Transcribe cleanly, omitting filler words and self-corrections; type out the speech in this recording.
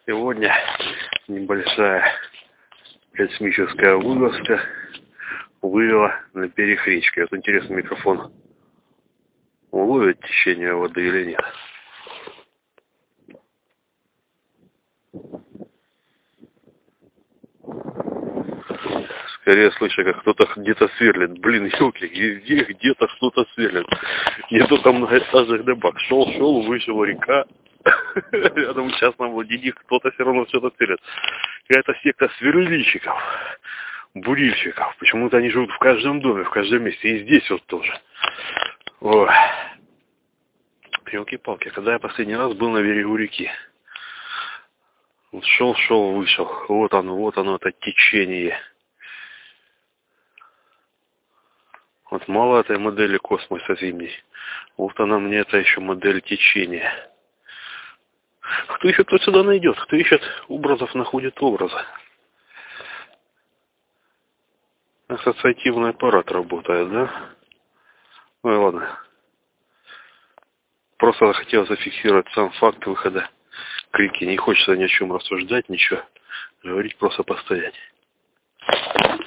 Сегодня небольшая космическая вылазка вывела на берег речки. Вот интересный микрофон. Уловит течение воды или нет? Скорее слышу, как кто-то где-то сверлит. Блин, елки, везде где-то что-то сверлит. Не то там многоэтажных дебак. Шел, вышел река. Рядом в частном владении кто-то все равно что-то сверлит. Какая-то секта сверлильщиков, бурильщиков. Почему-то они живут в каждом доме, в каждом месте. И здесь вот тоже. Ой. Елки-палки, когда я последний раз был на берегу реки? Вот шел, вышел. Вот оно, это течение. Вот мало этой модели космоса зимней. Вот она мне, это еще модель течения. Кто ищет, тот сюда найдет. Кто ищет образов, находит образы. Ассоциативный аппарат работает, да? Ну и ладно. Просто хотел зафиксировать сам факт выхода к реке. Не хочется ни о чем рассуждать, ничего. Говорить, просто постоять.